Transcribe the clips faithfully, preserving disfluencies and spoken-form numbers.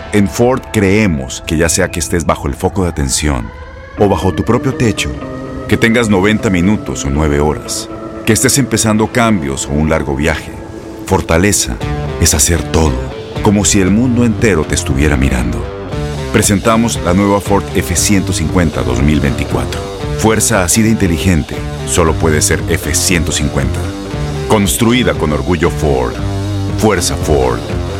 En Ford creemos que ya sea que estés bajo el foco de atención o bajo tu propio techo, que tengas noventa minutos o nueve horas, que estés empezando cambios o un largo viaje, fortaleza es hacer todo, como si el mundo entero te estuviera mirando. Presentamos la nueva Ford F ciento cincuenta dos mil veinticuatro. Fuerza así de inteligente solo puede ser F ciento cincuenta. Construida con orgullo Ford. Fuerza Ford.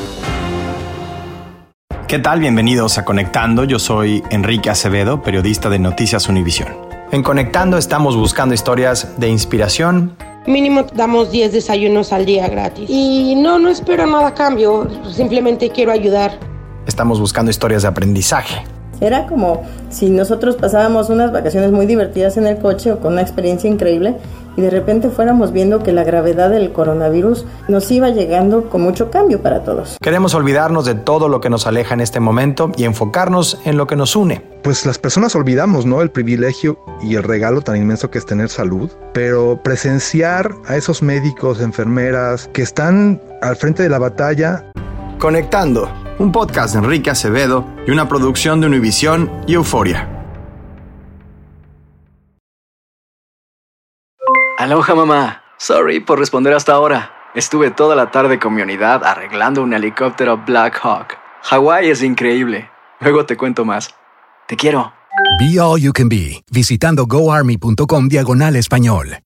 ¿Qué tal? Bienvenidos a Conectando. Yo soy Enrique Acevedo, periodista de Noticias Univisión. En Conectando estamos buscando historias de inspiración. Mínimo damos diez desayunos al día gratis. Y no, no espero nada a cambio. Simplemente quiero ayudar. Estamos buscando historias de aprendizaje. Era como si nosotros pasábamos unas vacaciones muy divertidas en el coche o con una experiencia increíble y de repente fuéramos viendo que la gravedad del coronavirus nos iba llegando con mucho cambio para todos. Queremos olvidarnos de todo lo que nos aleja en este momento y enfocarnos en lo que nos une. Pues las personas olvidamos, ¿no?, el privilegio y el regalo tan inmenso que es tener salud, pero presenciar a esos médicos, enfermeras que están al frente de la batalla. Conectando, un podcast de Enrique Acevedo y una producción de Univisión y Euforia. Aloha, mamá. Sorry por responder hasta ahora. Estuve toda la tarde con mi unidad arreglando un helicóptero Black Hawk. Hawái es increíble. Luego te cuento más. Te quiero. Be All You Can Be, visitando goarmy.com diagonal español.